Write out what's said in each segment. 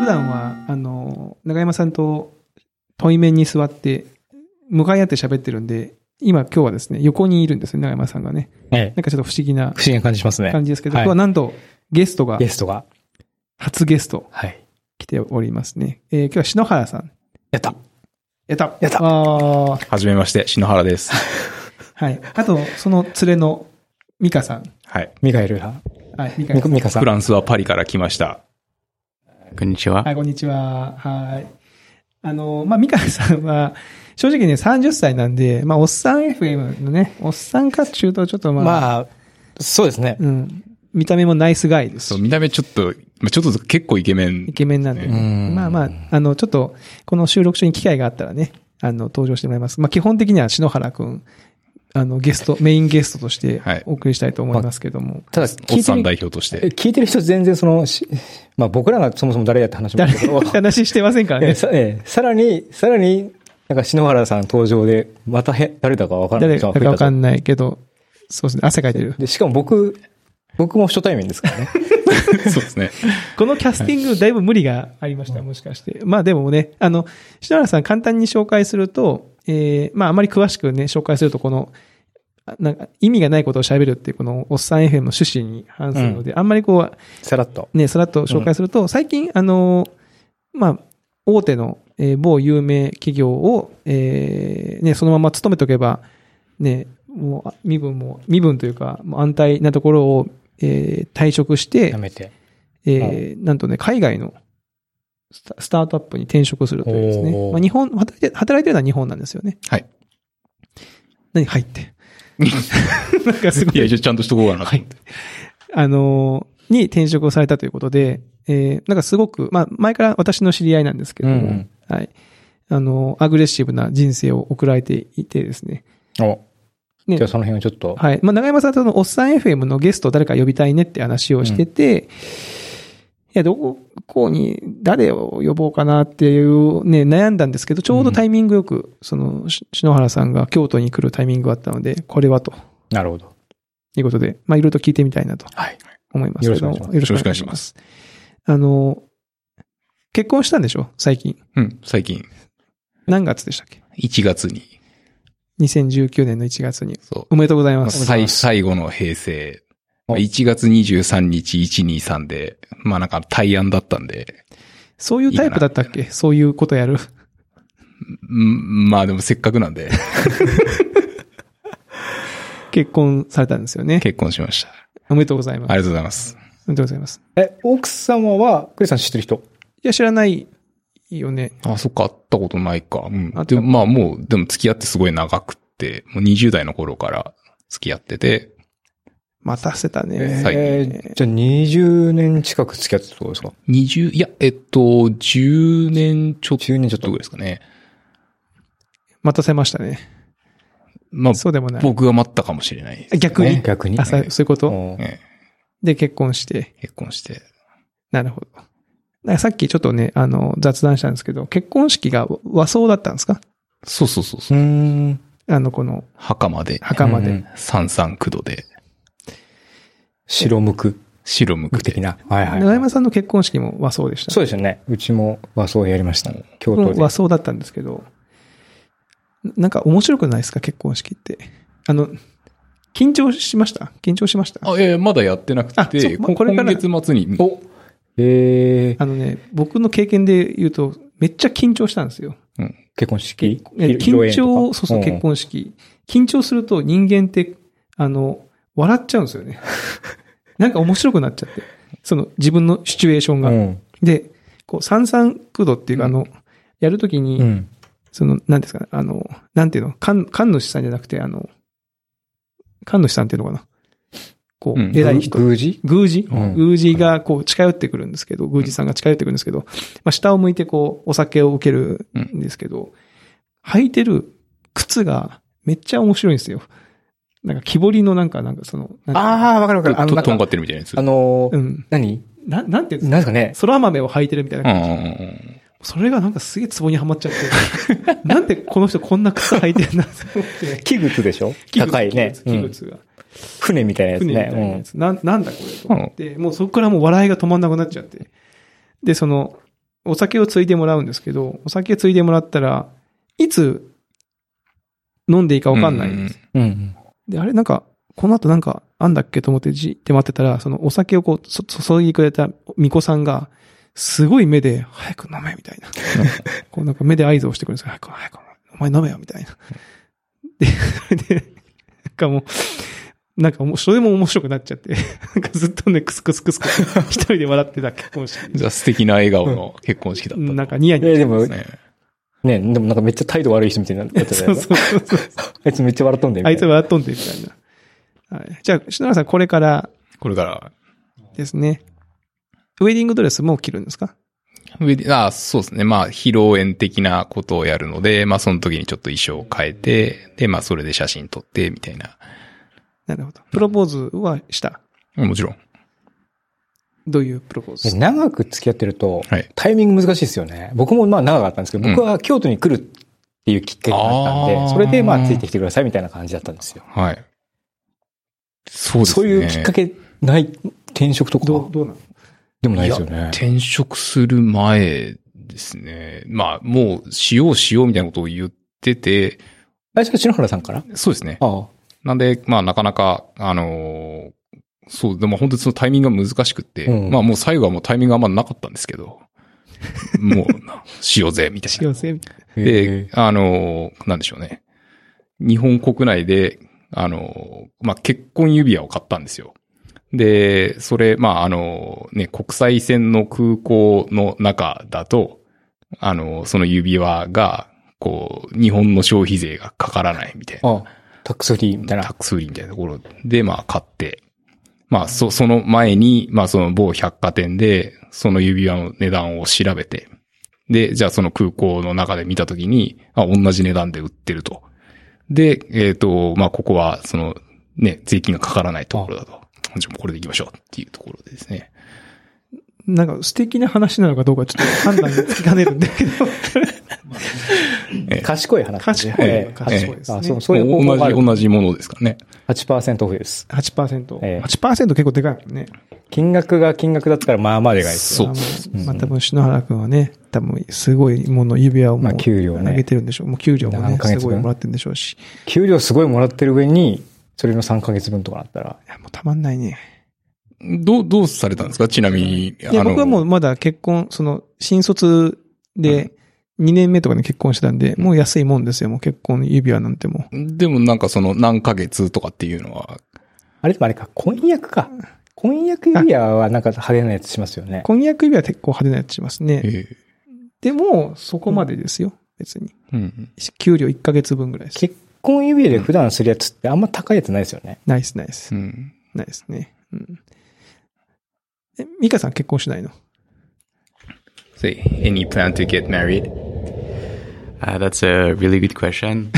段は、長山さんと対面に座って、向かい合って喋ってるんで、今日はですね、横にいるんですよ、長山さんがね。なんかちょっと不思議な感じしますね。 感じですけど、今日はなんとゲストが、初ゲスト、来ておりますね。今日は篠原さん。 やったはじめまして、篠原です。 はい。あと、その連れのミカさん。 はい。 ミカエルは。 はい。ミカさん。フランスはパリから来ました。こんにちは。 はい、こんにちは。はい。ミカさんは、正直ね、30歳なんで、おっさん FM のね、おっさんかっちゅうとちょっとそうですね。 うん。見た目もナイスガイです。 そう、見た目ちょっと結構イケメン。 イケメンなんで、ね。ちょっと、この収録中に機会があったらね、登場してもらいます。基本的には篠原くん、メインゲストとしてお送りしたいと思いますけども。 ただ、 おっさん代表として。 聞いてる人全然僕らがそもそも誰やって話もけど。話してませんからね。 さらに、なんか篠原さん登場で、また誰だかわからない。 誰だかわかんないけど、そうですね、汗かいてる。 で、しかも僕も初対面ですからね。 そうですね。 このキャスティングだいぶ無理がありました、もしかして。でもね、篠原さん簡単に紹介すると、あまり詳しくね、紹介すると、この、なんか意味がないことを喋るっていう、このおっさん FM の趣旨に反するので、あんまりさらっと紹介すると、最近、大手の、某有名企業を、そのまま勤めておけば、ね、もう、身分というか、安泰なところを、退職して、なんとね、海外のスタートアップに転職するというですね。働いてるのは日本なんですよね。 はい。 何入って。 なんかすごい。いや、ちゃんとしとこうかなと思って。 に転職をされたということで、なんかすごく、前から私の知り合いなんですけども、はい。アグレッシブな人生を送られていてですね。 じゃあその辺をちょっと。 はい。長山さんとのおっさん FM のゲストを誰か呼びたいねって話をしてて、いや、どこに誰を呼ぼうかなっていうね、悩んだんですけど、ちょうどタイミングよく、篠原さんが京都に来るタイミングがあったので、これはと。 なるほど。 いうことで、いろいろと聞いてみたいなと。思いますけど。 よろしくお願いします。 結婚したんでしょ最近。 うん、最近。 何月でしたっけ ?1 月に。 2019年の1月に。 そう。 おめでとうございます。 最後の平成。1月23日123で、なんか対案だったんで。 そういうタイプだったっけそういうことやる。 でもせっかくなんで。 結婚されたんですよね。 結婚しました。 おめでとうございます。 ありがとうございます。 おめでとうございます。 奥様は、クリさん知ってる人？ いや、知らないよね。 あ、そっか、会ったことないか。うん。でもでも付き合ってすごい長くって、もう20代の頃から付き合ってて。 待たせたね。 じゃあ20年近く付き合ってたってことですか ？10年ちょっとぐらいですかね。 待たせましたね。そうでもない。 僕が待ったかもしれないです、ね。 逆にあ、 そういうこと、で、結婚して。なるほど。さっきちょっとね、雑談したんですけど、結婚式が和装だったんですか？ そう。 この、 袴で。三三九度で。 白無垢的な。 長山さんの結婚式も和装でした。 そうですよね。うちも和装やりました。京都で。 和装だったんですけど、なんか面白くないですか結婚式って。緊張しましたいやまだやってなくて、これから今月末に。 僕の経験で言うと、めっちゃ緊張したんですよ。 うん、結婚式結婚式。緊張すると人間って、笑っちゃうんですよね。なんか面白くなっちゃって。自分のシチュエーションが。で、三三九度っていうやるときに、何ですかね、なんていうの、神主さんじゃなくて、神主さんっていうのかな。偉い人。宮司が近寄ってくるんですけど、宮司さんが近寄ってくるんですけど、下を向いてお酒を受けるんですけど、履いてる靴がめっちゃ面白いんですよ。なんか木彫りのわかる。 わかる。 とんがってるみたいなやつ。 何なんていうんですか？ なんですかね。 空豆を履いてるみたいな感じ。それがなんかすげえツボにはまっちゃって。なんでこの人こんな靴履いてるんだって思って。 器物でしょ？高いね。 器物が。 船みたいなやつね。 なんだこれと思って、もうそこからもう笑いが止まんなくなっちゃって。で、 お酒をついでもらうんですけど、お酒ついでもらったら、いつ飲んでいいか分かんないんです。 うん。 で、あれなんか、この後なんかあんだっけと思ってじって待ってたら、そのお酒をこう、注いでくれた巫女さんが、すごい目で、早く飲めみたいな。こうなんか目で合図をしてくるんですよ。早く、お前飲めよみたいな。で、それで、なんかもう、それも面白くなっちゃって、なんかずっとね、クスクス一人で笑ってた結婚式。 じゃあ素敵な笑顔の結婚式だった。 なんかニヤニヤしてますね。でもなんかめっちゃ態度悪い人みたいになってたよね。そう。あいつめっちゃ笑っとんでみたいな。 あいつ笑っとんでみたいな。はい。じゃあ、篠原さんこれからですね。ウェディングドレスも着るんですか？ そうですね。まあ、披露宴的なことをやるので、まあ、その時にちょっと衣装を変えて、で、まあ、それで写真撮って、みたいな。 なるほど。プロポーズはした？ もちろん。 どういうプロポーズ？ 長く付き合ってると、タイミング難しいですよね。僕もまあ長かったんですけど、僕は京都に来るっていうきっかけがあったんで、それでまあついてきてくださいみたいな感じだったんですよ。 はい。そうですね。 そういうきっかけない、転職とか。 どうなの？ でもないですよね。 転職する前ですね。まあ、もう、しようみたいなことを言ってて。 あれですか、篠原さんから？ そうですね。 ああ。 なんで、まあ、なかなか、そう、でも本当にそのタイミングが難しくって、まあもう最後はもうタイミングがあんまなかったんですけど、もう、しようぜ、みたいな。 しようぜ、みたいな。で、なんでしょうね。日本国内で、まあ結婚指輪を買ったんですよ。で、それ、まあね、国際線の空港の中だと、その指輪が、こう、日本の消費税がかからないみたいな。 ああ、タックスフリーみたいな。 タックスフリーみたいなところで、まあ買って、まあ、その前に、まあその某百貨店で、その指輪の値段を調べて、で、じゃあその空港の中で見たときに、同じ値段で売ってると。で、まあここは、その、ね、税金がかからないところだと。じゃあもうこれで行きましょうっていうところでですね。 なんか素敵な話なのかどうかちょっと判断つきかねるんだけど。 賢い話。 賢いですね。 そういう同じものですからね。 8% オフです。 8%。8% 結構でかいもんね。 金額だったらまあまあでかいですよ。そう。 まあ多分篠原くんはね、多分すごいもの指輪をもう投げてるんでしょう。もう給料もね、すごいもらってるんでしょうし。 給料すごいもらってる上に、それの3ヶ月分とかなったら。 いや、もうたまんないね。 どうされたんですか？ちなみに。 いや、僕はもうまだ結婚、新卒で2年目とかに結婚してたんで、もう安いもんですよ。もう結婚指輪なんても。 でもなんか何ヶ月とかっていうのは。 あれか、婚約か。婚約指輪はなんか派手なやつしますよね。 婚約指輪は結構派手なやつしますね。でも、そこまでですよ。別に。給料1ヶ月分ぐらいです。 結婚指輪で普段するやつってあんま高いやつないですよね。 ないです。ないですね。ミカさん結婚しないの？ Say, any plan to get married? That's a really good question.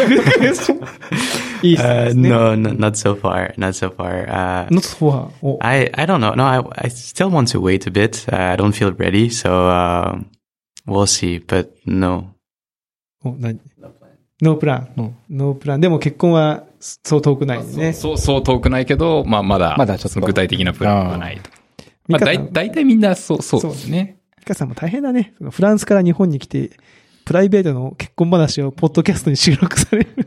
No, not so far. Not so far. Not so far. Oh. I don't know. No, I still want to wait a bit. I don't feel ready, so we'll see. But no. No plan. No plan. でも結婚はそう遠くないね。 そう遠くないけど、まあまだちょっと具体的なプランはないと。まあ大体みんなそうですね。 ミカさんも大変だね。フランスから日本に来て、プライベートの結婚話をポッドキャストに収録される。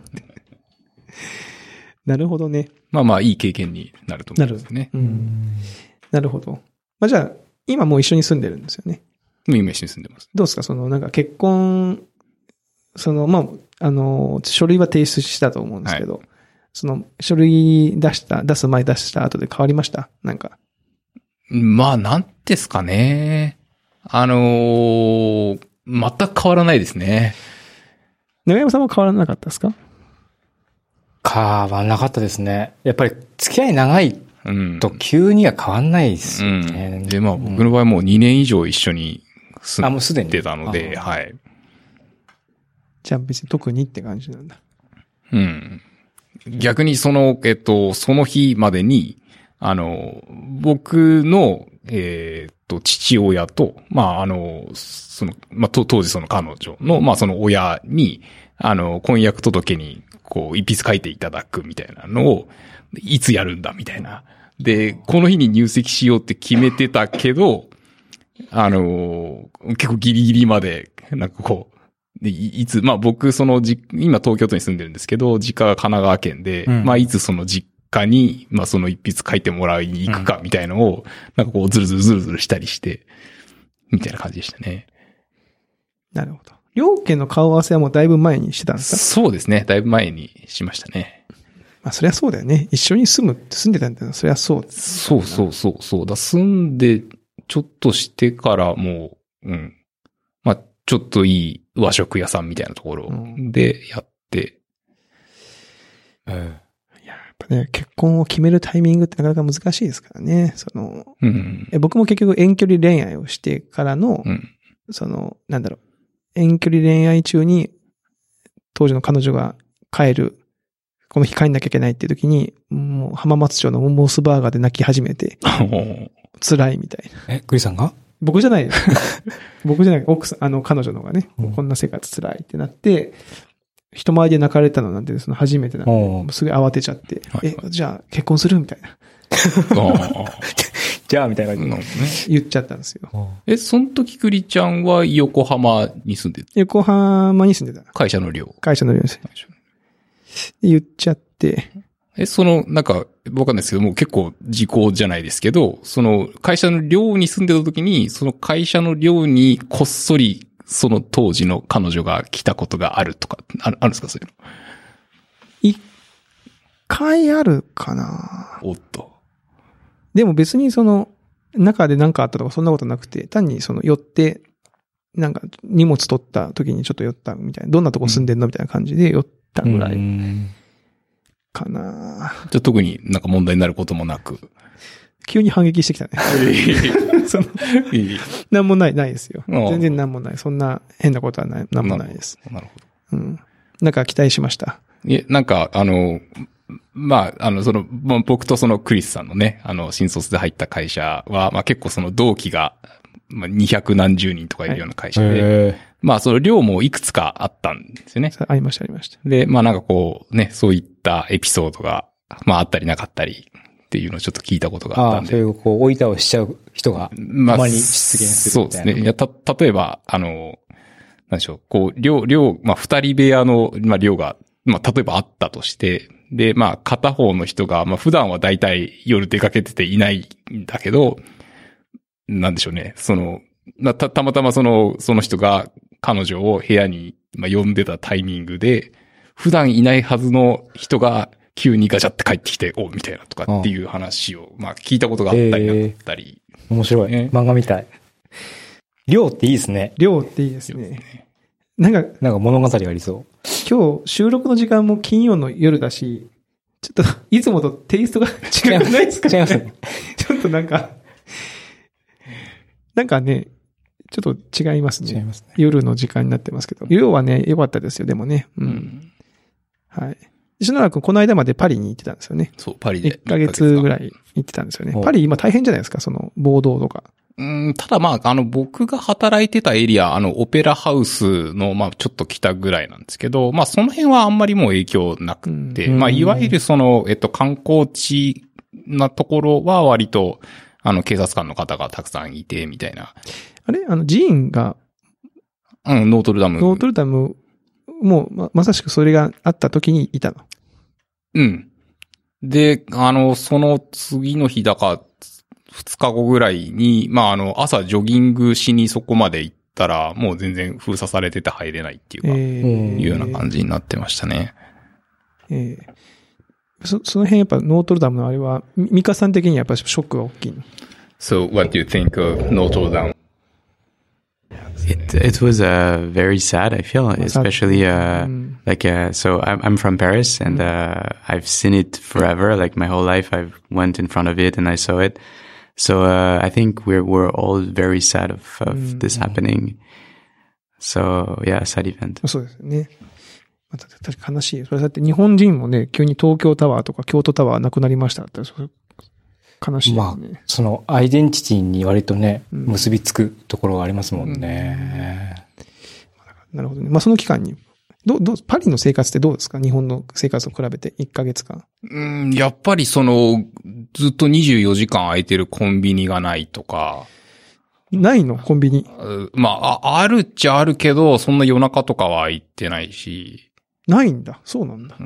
なるほどね。 まあいい経験になると思うんですね。 なるほど。まあじゃあ、今もう一緒に住んでるんですよね。 今一緒に住んでます。 どうですかなんか結婚、まあ、書類は提出したと思うんですけど、書類出す前出した後で変わりました？なんか。 まあ、なんですかね。全く変わらないですね。 長山さんも変わらなかったですか？ 変わらなかったですね。やっぱり付き合い長いと急には変わんないですよね。 で、まあ僕の場合もう2年以上一緒に住んでたので、はい。 じゃあ別に特にって感じなんだ。 逆にその日までに、僕の、父親と、まあ、当時その彼女の、まあ、その親に、婚約届に、こう、一筆書いていただくみたいなのを、いつやるんだみたいな。で、この日に入籍しようって決めてたけど、 結構ギリギリまで、なんかこう、いつ、まあ僕、今東京都に住んでるんですけど、実家が神奈川県で、まあいつその実家に、まあその一筆書いてもらいに行くかみたいのを、なんかこうずるずるしたりして、みたいな感じでしたね。 なるほど。両家の顔合わせはもうだいぶ前にしてたんですか？ そうですね。だいぶ前にしましたね。 まあそりゃそうだよね。一緒に住んでたんだよ。そりゃそう。 そう。住んで、ちょっとしてからもう、まあちょっといい和食屋さんみたいなところでやって、 いや、やっぱね、結婚を決めるタイミングってなかなか難しいですからね。僕も結局遠距離恋愛をしてからの、遠距離恋愛中に、当時の彼女が帰る、この日帰んなきゃいけないっていう時に、もう浜松町のモスバーガーで泣き始めて、辛いみたいな。 グリさんが？ 僕じゃない。僕じゃない。奥さん、彼女の方がね、こんな生活辛いってなって、人前で泣かれたのなんて、初めてなんで、すごい慌てちゃって、じゃあ結婚するみたいな。 じゃあみたいな感じの、 言っちゃったんですよ。 その時クリちゃんは横浜に住んでた？ 横浜に住んでた。 会社の寮です。言っちゃって。 なんか、わかんないですけども、結構時効じゃないですけど、会社の寮に住んでた時に、その会社の寮にこっそり、その当時の彼女が来たことがあるとか、あるんですか、そういうの。 一回あるかな。 おっと。 でも別に中で何かあったとかそんなことなくて、単に寄って、なんか荷物取った時にちょっと寄ったみたいな、どんなとこ住んでんのみたいな感じで寄ったぐらいかな。 じゃあ特になんか問題になることもなく。 急に反撃してきたね。なんもないですよ。全然なんもない。そんな変なことはなんもないです。 なるほど。 なんか期待しました。 なんかまあ、僕とクリスさんのね、新卒で入った会社は、まあ結構同期が、まあ200何十人とかいるような会社で、まあ寮もいくつかあったんですよね。 ありました。 で、まあなんかこうね、そういったエピソードが、まああったりなかったりっていうのをちょっと聞いたことがあったんで。 そういうこう、置いたをしちゃう人が、まあに出現するみたいな。 そうですね。いや、例えば、なんでしょう、こう、寮、まあ二人部屋の、まあ寮が、まあ例えばあったとして、で、まあ片方の人が、まあ普段はだいたい夜出かけてていないんだけど、なんでしょうね、たまたまその人が彼女を部屋に、まあ、呼んでたタイミングで、普段いないはずの人が急にガチャって帰ってきて、みたいなとかっていう話を、まあ聞いたことがあったりなかったり。 面白い。漫画みたい。寮っていいですね。 寮っていいですね。なんか物語がありそう。 今日収録の時間も金曜の夜だし、ちょっといつもとテイストが違くないですか？ 違いますね。 ちょっとなんかね、ちょっと違いますね。 違いますね。 夜の時間になってますけど。夜はね、良かったですよ、でもね。はい。篠原くん、この間までパリに行ってたんですよね。 そう、パリで。 1ヶ月ぐらい行ってたんですよね。パリ今大変じゃないですか、暴動とか。 ただまあ、僕が働いてたエリア、オペラハウスの、まあ、ちょっと北ぐらいなんですけど、まあ、その辺はあんまりもう影響なくて、まあ、いわゆる観光地なところは割と、警察官の方がたくさんいて、みたいな。 あれ寺院が。 ノートルダム。 ノートルダム、もう、まさしくそれがあった時にいたの。 で、その次の日だか、2日後ぐらいに、まあ、朝ジョギングしにそこまで行ったら、もう全然封鎖されてて入れないっていうか、いうような感じになってましたね。 その辺やっぱノートルダムのあれは、ミカさん的にやっぱショックが大きい。 So, what do you think of Notre Dame? It was very sad, I feel, especially so I'm from Paris and I've seen it forever, like my whole life I've went in front of it and I saw it. So I think we're all very sad of this happening. So yeah, sad event. そうですね。確かに悲しい。それだって日本人もね、急に東京タワーとか京都タワーなくなりましたって悲しいですね。 まあ、アイデンティティに割とね、結びつくところがありますもんね。 なるほどね。まあその期間に、パリの生活ってどうですか？日本の生活と比べて1ヶ月間。 やっぱりずっと24時間空いてるコンビニがないとか、 ないのコンビニ。 まあ、あるっちゃあるけど、そんな夜中とかは行ってないし。 ないんだ。そうなんだ。 うん。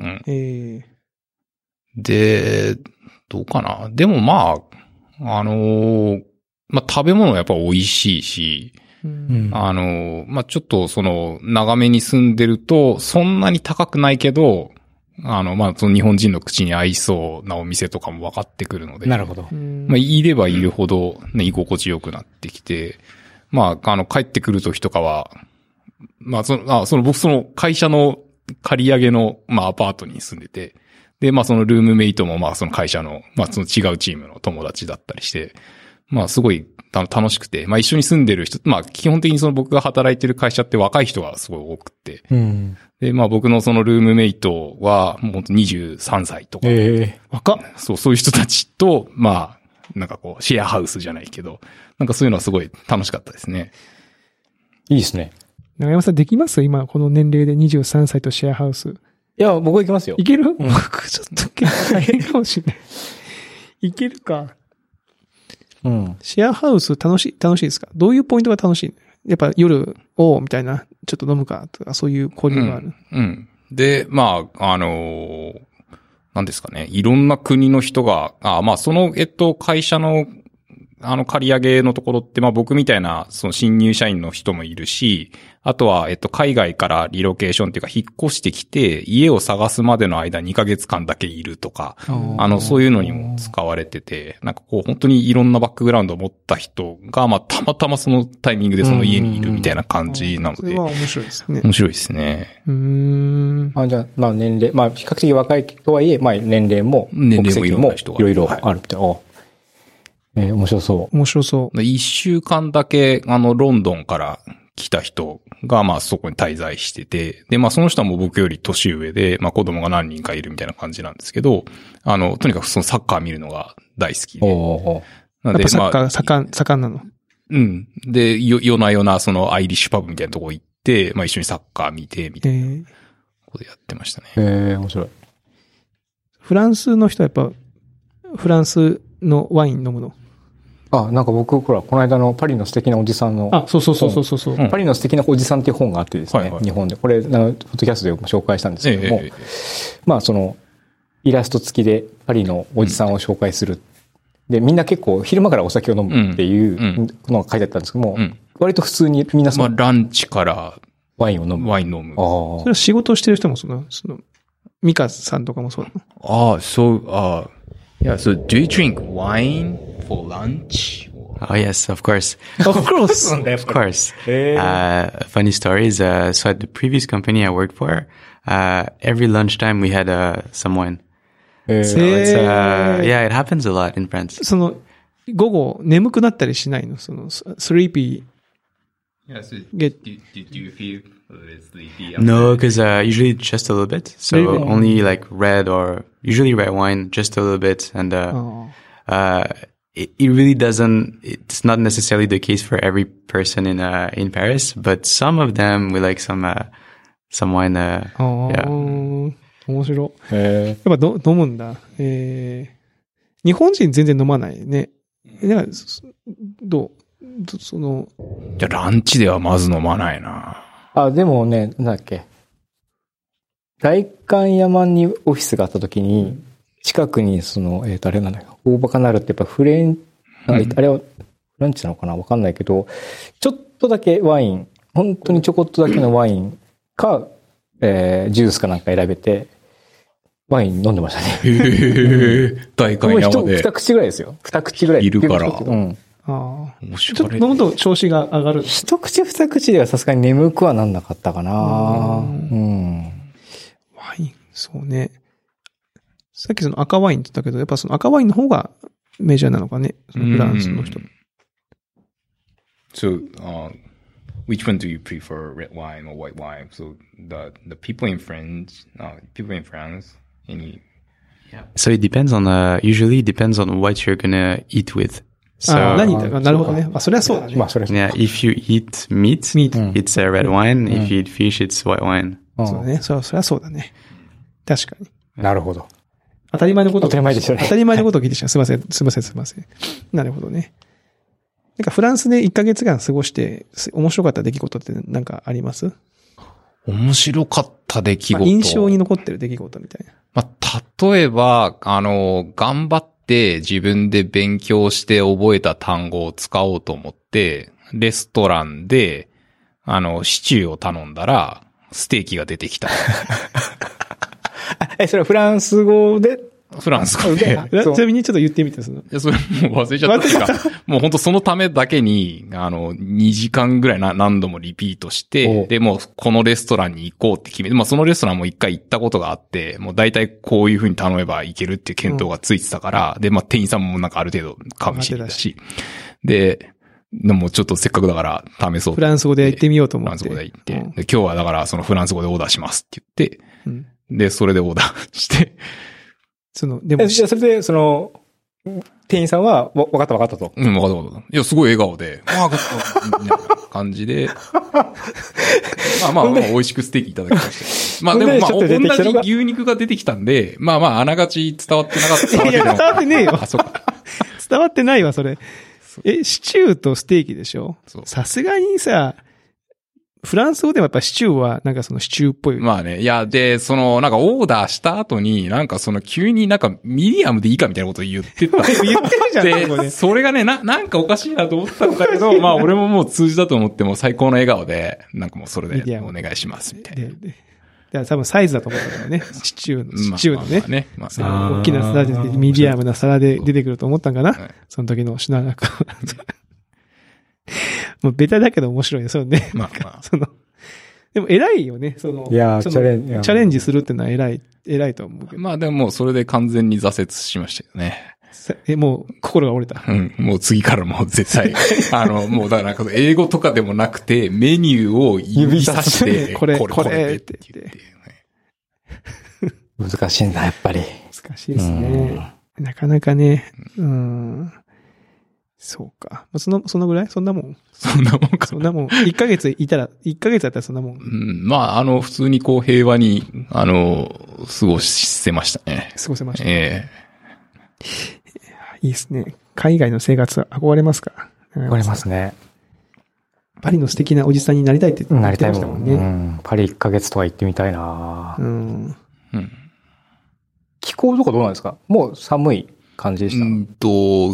で、 どうかな。でもまあ、まあ、食べ物はやっぱ美味しいし、 うん、 まあ、ちょっと長めに住んでると、そんなに高くないけど、まあ、その日本人の口に合いそうなお店とかも分かってくるので。 なるほど。 まあ、いればいるほど、ね、居心地よくなってきて、まあ、帰ってくる時とかは、まあ、僕会社の借り上げの、まあ、アパートに住んでて、で、まあ、そのルームメイトも、まあ、その会社の、まあ、その違うチームの友達だったりして、まあ、すごい、楽しくて、まあ、一緒に住んでる人、まあ、基本的に僕が働いてる会社って若い人がすごい多くて、 うん、 で、まあ、僕のそのルームメイトは、もう23歳とか、 若っ。 そういう人たちと、まあ、なんかこう、シェアハウスじゃないけど、なんかそういうのはすごい楽しかったですね。 いいですね。 長山さんできます今、この年齢で23歳とシェアハウス。 いや、僕は行きますよ。 いける、僕ちょっと結構大変かもしれない。いけるか。 うん。 シェアハウス楽しいですか？どういうポイントが楽しい？やっぱ夜、みたいな、ちょっと飲むかとか、そういう交流がある。 うん。で、まあ、なんですかね。いろんな国の人が、まあ、会社の、借り上げのところって、まあ僕みたいな、新入社員の人もいるし、あとは、海外からリロケーションっていうか、引っ越してきて、家を探すまでの間2ヶ月間だけいるとか、そういうのにも使われてて、なんかこう、本当にいろんなバックグラウンドを持った人が、まあ、たまたまそのタイミングでその家にいるみたいな感じなので。それは面白いですね。 面白いですね。 じゃあ、まあ年齢、まあ比較的若いとはいえ、まあ年齢も、 いろんな人が。 いろいろあるみたいな。面白そう。 面白そう。 一週間だけ、ロンドンから来た人が、まあそこに滞在してて、で、まあその人はもう僕より年上で、まあ子供が何人かいるみたいな感じなんですけど、とにかくそのサッカー見るのが大好きで。 なんで、サッカー盛んなの？ うん。で、夜な夜なそのアイリッシュパブみたいなとこ行って、まあ一緒にサッカー見て、みたいなことやってましたね。 面白い。 フランスの人はやっぱ、フランスのワイン飲むの？ なんか僕、この間のパリの素敵なおじさんの。 そう。 パリの素敵なおじさんっていう本があってですね、日本で。これ、ポッドキャストで紹介したんですけども、まあ、イラスト付きでパリのおじさんを紹介する。で、みんな結構昼間からお酒を飲むっていうのが書いてあったんですけども、割と普通にみんなまあ、ランチからワインを飲む。 それは仕事をしてる人もミカさんとかもそうなの？Yeah, so do you drink wine for lunch? Oh, yes, of course. Of course. Of course. Funny stories. So at the previous company I worked for, every lunchtime we had some wine. So it's, yeah, it happens a lot in France. 午後眠くなったりしないの？sleepy. Yeah, so Get. Do you feel sleepy? No, because usually just a little bit. So only like usually red wine, just a little bit. And it really doesn't, it's not necessarily the case for every person in Paris, but some of them will like some wine. Yeah. 面白い。やっぱ飲むんだ。日本人全然飲まないね。どうじゃあランチではまず飲まないな。 でもね、なんだっけ。代官山にオフィスがあった時に、近くにあれなんだよ。大バカなるってやっぱあれはフランチなのかなわかんないけど、ちょっとだけワイン、本当にちょこっとだけのワインか、ジュースかなんか選べて、ワイン飲んでましたね。 代官山で。 二口ぐらいですよ。二口ぐらい。 いるから。 ちょっと飲むと調子が上がる。 一口二口ではさすがに眠くはなんなかったかな。ワイン、そうね。さっき赤ワインって言ったけど、やっぱ赤ワインの方がメジャーなのかね。フランスの人。 So, which one do you prefer, red wine or white wine? So the people in France, any? Yeah. So it depends usually depends on what you're gonna eat with. So, なるほどね。それはそうだね。 Yeah, if you eat meat, it's a red wine. If you eat fish, it's white wine. そうだね。それはそうだね。確かに。 なるほど。 当たり前のこと。 当たり前でしょうね。 当たり前のことを聞いてしまう。すいません。なるほどね。 なんかフランスで1ヶ月間過ごして、面白かった出来事ってなんかあります？ 面白かった出来事。 印象に残ってる出来事みたいな。 まあ、例えば、頑張って自分で勉強して覚えた単語を使おうと思って、レストランで、シチューを頼んだら、ステーキが出てきた。 それはフランス語でフランス語で。 ちなみにちょっと言ってみて、 いや、それもう忘れちゃったっていうか、もう本当そのためだけに、2時間ぐらい何度もリピートして、で、もうこのレストランに行こうって決めて、まあそのレストランも一回行ったことがあって、もう大体こういう風に頼めばいけるっていう検討がついてたから、で、まあ店員さんもなんかある程度かもしれないし、でもちょっとせっかくだから試そう。 フランス語で行ってみようと思って。 フランス語で行って、で今日はだからそのフランス語でオーダーしますって言って、で、それでオーダーして、 でも、それで、店員さんは、わかったと。 わかった。いや、すごい笑顔で、みたいな感じで、まあ、美味しくステーキいただきました。まあでも、同じ牛肉が出てきたんで、まあ、あながち伝わってなかったわけでも。 いや、伝わってねえよ。 あ、そうか。 伝わってないわ、それ。シチューとステーキでしょ？さすがにさ、フランス語でもやっぱシチューはなんかそのシチューっぽい。 まあね。いや、で、なんかオーダーした後に、なんか急になんかミディアムでいいかみたいなことを言ってた。 言ってるじゃん、 で、それがね、なんかおかしいなと思ったんだけど、まあ俺ももう通じだと思っても最高の笑顔で、なんかもうそれでお願いしますみたいな。だから多分サイズだと思ったからね。シチューのね。 まあ、大きな皿で、ミディアムな皿で出てくると思ったんかな。その時の品中。もうベタだけど面白いね、そうね。まあ。でも偉いよね、チャレンジするってのは偉いと思うけど。 まあでももうそれで完全に挫折しましたよね。 もう心が折れた。 もう次からもう絶対、もうだから英語とかでもなくて、メニューを指さして、 これって言って。 難しいんだ、やっぱり。 難しいですね。なかなかね、そうか。そのぐらいそんなもんか。そんなもん。1ヶ月だったらそんなもん。 まあ、普通にこう平和に、過ごせましたね。 過ごせました。いいですね。海外の生活は憧れますか？ 憧れますね。 パリの素敵なおじさんになりたいって言ってましたもんね。 パリ1ヶ月とか行ってみたいな。気候とかどうなんですか？もう寒い感じでした？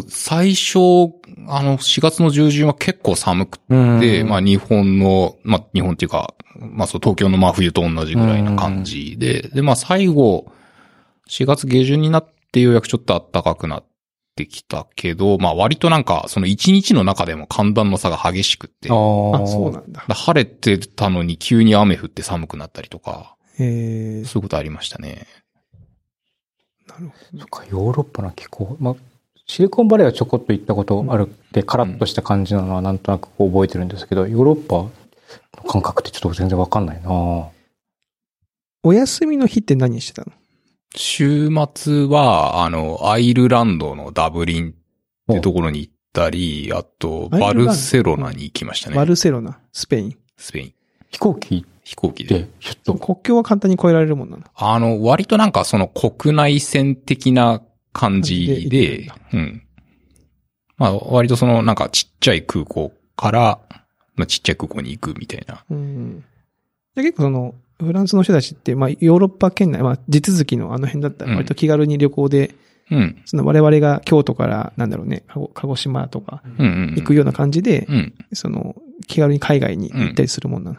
最初、4月の中旬は結構寒くて、まあ日本っていうか、まあそう東京の真冬と同じぐらいな感じで、でまあ最後、4月下旬になってようやくちょっと暖かくなってきたけど、まあ割となんかその1日の中でも寒暖の差が激しくて、 そうなんだ。 晴れてたのに急に雨降って寒くなったりとか、そういうことありましたね。 なるほど。 そっか、ヨーロッパの気候。まあ、シリコンバレーはちょこっと行ったことあるって、カラッとした感じなのはなんとなくこう覚えてるんですけど、ヨーロッパの感覚ってちょっと全然わかんないな。 お休みの日って何してたの？ 週末は、アイルランドのダブリンってところに行ったり、あと、バルセロナに行きましたね。 バルセロナ、スペイン。 飛行機で。 ちょっと国境は簡単に越えられるもんなの？ 割となんかその国内線的な感じで、まあ割とそのなんかちっちゃい空港から、まあちっちゃい空港に行くみたいな。 で結構フランスの人たちって、まあヨーロッパ圏内、まあ地続きのあの辺だったら割と気軽に旅行で、その我々が京都からなんだろうね、鹿児島とか行くような感じで、気軽に海外に行ったりするもんなの。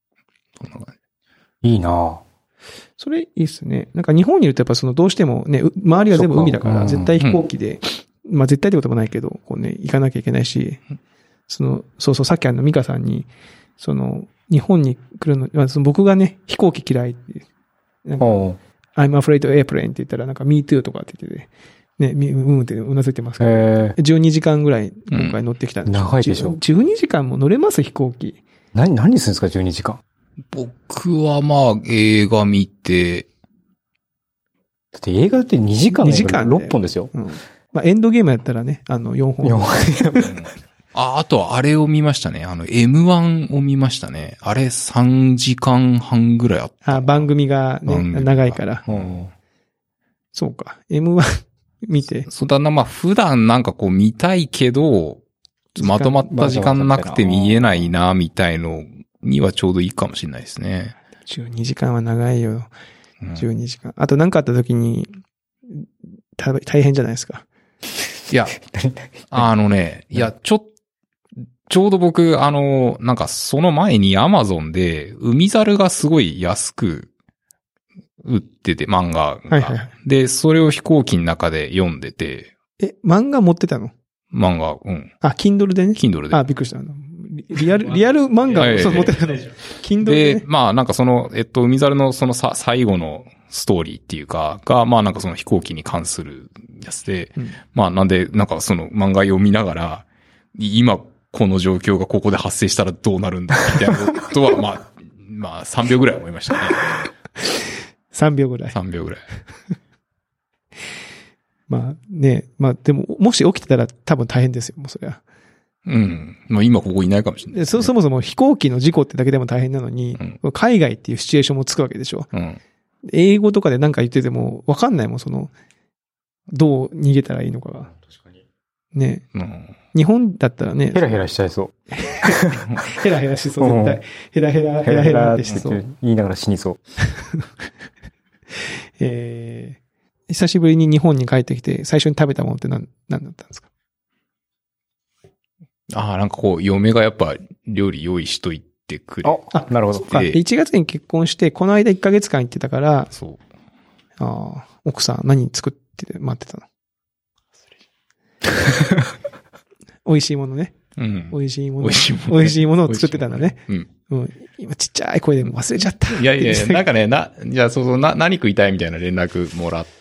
いいな。 それいいっすね。なんか日本にいるとやっぱどうしてもね、周りが全部海だから絶対飛行機で、まあ絶対ってこともないけど、こうね、行かなきゃいけないし、そうさっきミカさんに、日本に来るの、まあ、僕がね、飛行機嫌いって、なんかI'm afraid of airplane って言ったらなんか me too とかって言ってて、ね、ってうなずいてますけど、12時間ぐらい今回乗ってきたんで長いでしょ。 12時間も乗れます飛行機。 何するんですか12時間。 僕はまあ映画見て。 だって映画って2時間6本ですよ。 まあエンドゲームやったらね、4本。 あとはあれを見ましたね。M1 を見ましたね。あれ3時間半ぐらいあった。 番組がね、長いから。そうか。M1 見て。 そうだな、まあ普段なんかこう見たいけど、 まとまった時間なくて見えないな、みたいのにはちょうどいいかもしれないですね。 12時間は長いよ。12時間。あと何かあった時に、大変じゃないですか。 いや、いや、ちょうど僕、なんかその前に Amazon で、海猿がすごい安く売ってて、漫画が。 はいはい。 で、それを飛行機の中で読んでて。 漫画持ってたの？ 漫画、うん。 Kindle でね。 Kindle で。 びっくりした。リアル漫画を持ってたの。Kindle で、ね。 で、まあなんか海猿のその最後のストーリーっていうか、が、まあなんかその飛行機に関するやつで、まあなんで、なんかその漫画読みながら、今この状況がここで発生したらどうなるんだ、みたいなことは、まあ3秒ぐらい思いましたね。 3秒ぐらい。 3秒ぐらい。 まあね、でも、もし起きてたら多分大変ですよ、もうそりゃ。 うん。まあ今ここいないかもしれない、ね。 そもそも飛行機の事故ってだけでも大変なのに、海外っていうシチュエーションもつくわけでしょ。英語とかで何か言ってても分かんないもん、どう逃げたらいいのかが。 確かに。 ね、日本だったらね。 ヘラヘラしちゃいそう。 ヘラヘラしそう、絶対。ヘラヘラってしそう。 言いながら死にそう。 久しぶりに日本に帰ってきて、最初に食べたものって何だったんですか？ なんか嫁がやっぱ料理用意しといてくれ。 なるほど。 1月に結婚して、この間1ヶ月間行ってたから、 そう。 奥さん何作って待ってたの？美味しいものね。 うん。 美味しいものを作ってたんだね。今ちっちゃい声でも忘れちゃった。 いや、なんかね、じゃあ何食いたいみたいな連絡もらって、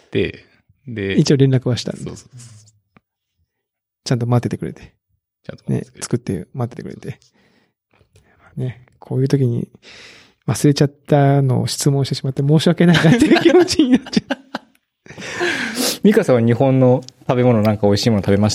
で。 一応連絡はしたんで。 そう。 ちゃんと待っててくれて。 ちゃんとね、 作って待っててくれて。ね、こういう時に忘れちゃったのを質問してしまって申し訳ないなっていう気持ちになっちゃう。 ミカさんは日本の食べ物なんか美味しいもの食べました？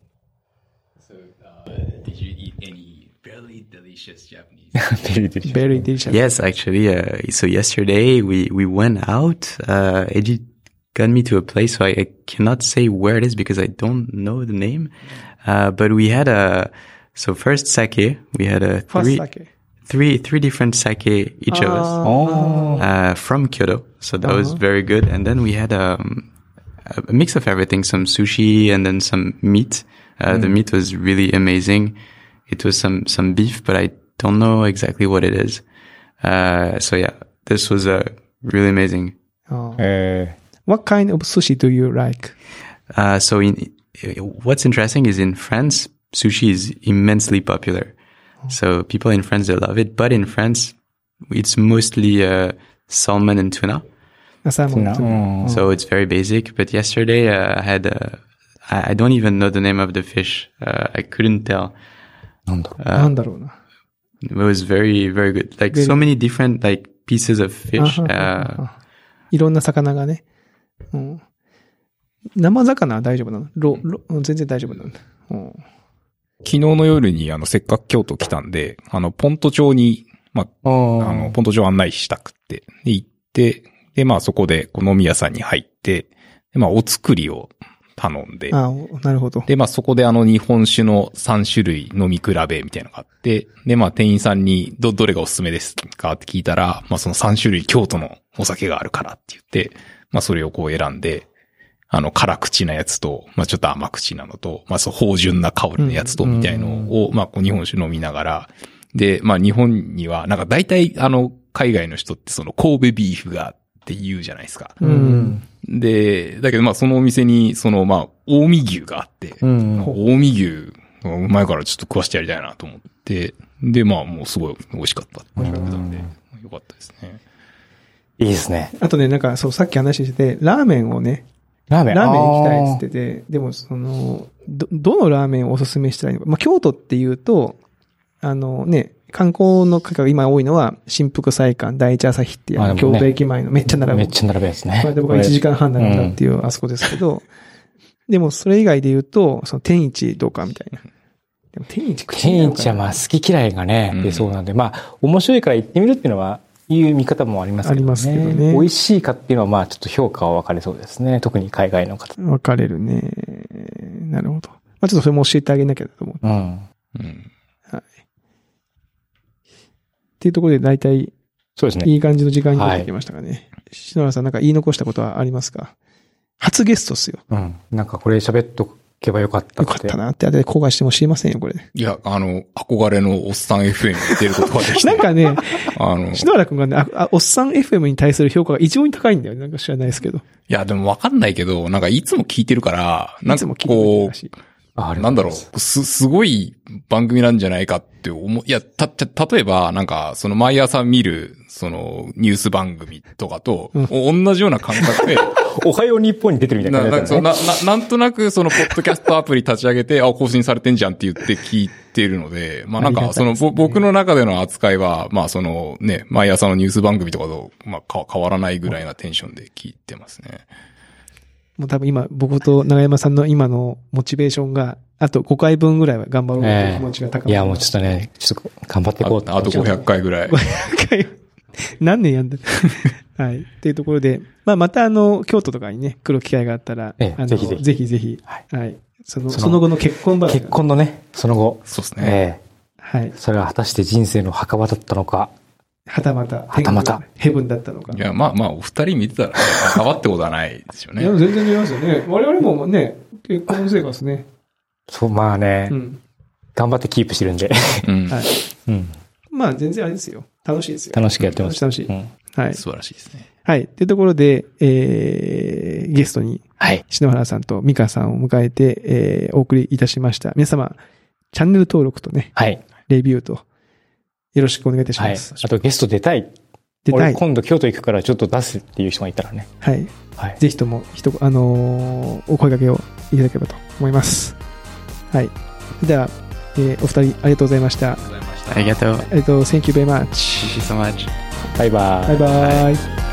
Did you eat any very delicious Japanese? Very delicious. Yes, actually. So yesterday we went out. Eiji got me to a place, so I cannot say where it is because I don't know the name. But we had first sake. We had three different sake each of us. From Kyoto. So that was very good. And then we had a mix of everything, some sushi and then some meat. The meat was really amazing. It was some beef, but I don't know exactly what it is. So yeah, this was really amazing. What kind of sushi do you like? So what's interesting is in France, sushi is immensely popular. So people in France, they love it. But in France, it's mostly salmon and tuna. Salmon. So it's very basic. But yesterday I had I don't even know the name of the fish. I couldn't tell. It was very, very good. Like so many different like pieces of fish. いろんな魚がね。生魚は大丈夫なの？全然大丈夫なんだ。 昨日の夜にせっかく京都来たんで、ポント町に、ポント町案内したくって、で行って、で、そこで飲み屋さんに入って、で、お作りを頼んで。 なるほど。 で、そこで日本酒の3種類飲み比べみたいなのがあって、で、店員さんにどれがおすすめですかって聞いたら、その3種類京都のお酒があるからって言って、それを選んで、辛口なやつと、ちょっと甘口なのと、芳醇な香りのやつと、みたいのを、日本酒飲みながら、で、日本には、なんか大体、海外の人って神戸ビーフがって言うじゃないですか。で、だけどそのお店に、近江牛があって、近江牛がうまいからちょっと食わしてやりたいなと思って、で、もうすごい美味しかったって言われたんで、よかったですね。 いいですね。 あとね、なんかさっき話してて、ラーメンをね、ラーメン行きたいって言ってて、でもどのラーメンをおすすめしたらいいのか。京都っていうと、観光の方が今多いのは、新福祭館、第一朝日っていう京都駅前のめっちゃ並ぶ。 めっちゃ並ぶやつね。 これで僕は1時間半並んだっていうあそこですけど、でもそれ以外で言うと、天一どうかみたいな。でも天一は好き嫌いがね、出そうなんで、面白いから行ってみるっていうのは、いう見方もありますけどね。ありますけどね。美味しいかっていうのはちょっと評価は分かれそうですね。特に海外の方。 分かれるね。なるほど。 あ、ちょっとそれも教えてあげなきゃと思う。 うん。 はい。っていうところで大体、 そうですね。 いい感じの時間になってきましたかね。篠原さんなんか言い残したことはありますか？初ゲストっすよ。 うん。なんかこれ喋っとけばよかったって。 よかったなって、あれで後悔しても知りませんよ、これ。 いや、憧れのおっさん FM に出ることができた。 なんかね、篠原くんがね、おっさん FM に対する評価が異常に高いんだよね。なんか知らないですけど。 いや、でもわかんないけど、なんかいつも聞いてるから、なんかこう、なんだろう、すごい番組なんじゃないかって思う。いや、例えば、なんか、その毎朝見る、そのニュース番組とかと、同じような感覚で、 おはよう日本に出てるみたいな感じだね。 なんとなくそのポッドキャストアプリ立ち上げて、更新されてんじゃんって言って聞いてるので、まあなんかその僕の中での扱いは、まあそのね、毎朝のニュース番組とかと、まあ変わらないぐらいなテンションで聞いてますね。 もう多分今、僕と長山さんの今のモチベーションが、あと5回分ぐらいは頑張ろうという気持ちが高まる。 いや、もうちょっとね、ちょっと頑張っていこうと。 あと500回ぐらい。 500回。何年やんだはい。っていうところで、まあまた京都とかにね、来る機会があったら、 ぜひぜひ。 ぜひぜひ。はい。その後の結婚話。 結婚のね、その後。 そうですね。 はい。 それは果たして人生の墓場だったのか。 はたまた。ヘブンだったのか。 いや、まあお二人見てたら、変わってことはないですよね。 いや、全然見ますよね。我々もね、結婚生活ね。 そう、まあね。頑張ってキープしてるんで。 はい。まあ全然あれですよ。楽しいですよ。 楽しくやってます。 楽しい。はい。 素晴らしいですね。 はい。っていうところで、ゲストに、篠原さんと美香さんを迎えて、お送りいたしました。皆様、チャンネル登録とね、レビューと、よろしくお願いいたします。 あとゲスト出たい。俺今度京都行くからちょっと出すっていう人がいたらね。 はい。ぜひとも、お声掛けをいただければと思います。はい。では、お二人ありがとうございました。 ありがとう。 Thank you very much. Thank you so much. バイバイ。 バイバイ。